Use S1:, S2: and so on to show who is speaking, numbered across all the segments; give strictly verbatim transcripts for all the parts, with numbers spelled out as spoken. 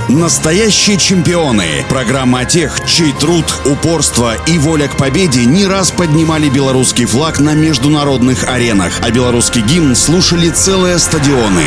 S1: Настоящие чемпионы. Программа о тех, чей труд, упорство и воля к победе не раз поднимали белорусский флаг на международных аренах, а белорусский гимн слушали целые стадионы.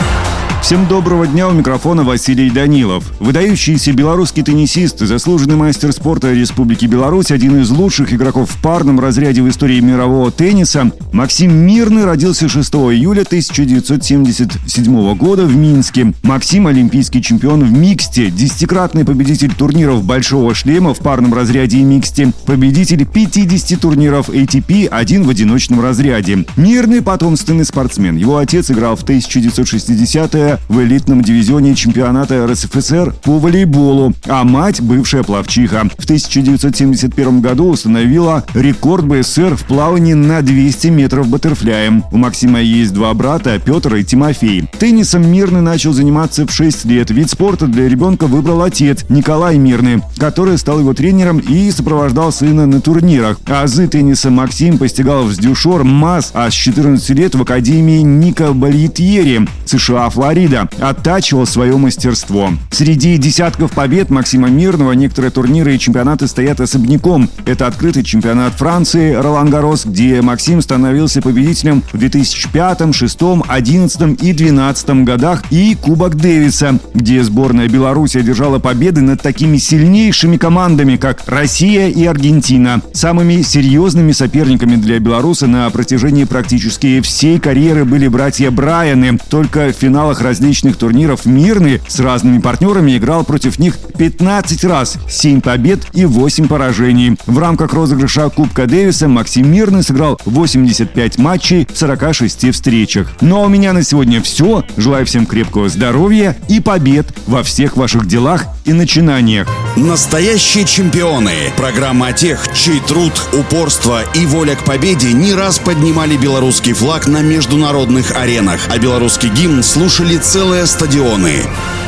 S2: Всем доброго дня, у микрофона Василий Данилов. Выдающийся белорусский теннисист, заслуженный мастер спорта Республики Беларусь, один из лучших игроков в парном разряде в истории мирового тенниса, Максим Мирный родился шестого июля тысяча девятьсот семьдесят седьмого года в Минске. Максим – олимпийский чемпион в миксте, десятикратный победитель турниров «Большого шлема» в парном разряде и миксте, победитель пятидесяти турниров эй ти пи, один в одиночном разряде. Мирный – потомственный спортсмен. Его отец играл в тысяча девятьсот шестидесятые в элитном дивизионе чемпионата эр эс эф эс эр по волейболу, а мать – бывшая пловчиха. В тысяча девятьсот семьдесят первом году установила рекорд бэ эс эр в плавании на двести метров баттерфляем. У Максима есть два брата – Петр и Тимофей. Теннисом Мирный начал заниматься в шесть лет. Вид спорта для ребенка выбрал отец Николай Мирный, который стал его тренером и сопровождал сына на турнирах. Азы тенниса Максим постигал в Сдюшор, МАС, а с четырнадцати лет в академии Ника Бальетьери, США, Флорида. Оттачивал свое мастерство. Среди десятков побед Максима Мирного некоторые турниры и чемпионаты стоят особняком. Это открытый чемпионат Франции Ролан-Гаррос, где Максим становился победителем в две тысячи пятом, шестом, одиннадцатом и двенадцатом годах, и Кубок Дэвиса, где сборная Беларуси одержала победы над такими сильнейшими командами, как Россия и Аргентина. Самыми серьезными соперниками для белоруса на протяжении практически всей карьеры были братья Брайаны. Только в финалах различных турниров Мирный с разными партнерами играл против них пятнадцать раз, семь побед и восемь поражений. В рамках розыгрыша Кубка Дэвиса Максим Мирный сыграл восемьдесят пять матчей в сорока шести встречах. Ну а у меня на сегодня все. Желаю всем крепкого здоровья и побед во всех ваших делах и начинаниях.
S1: Настоящие чемпионы. Программа о тех, чей труд, упорство и воля к победе не раз поднимали белорусский флаг на международных аренах, а белорусский гимн слушали целые стадионы.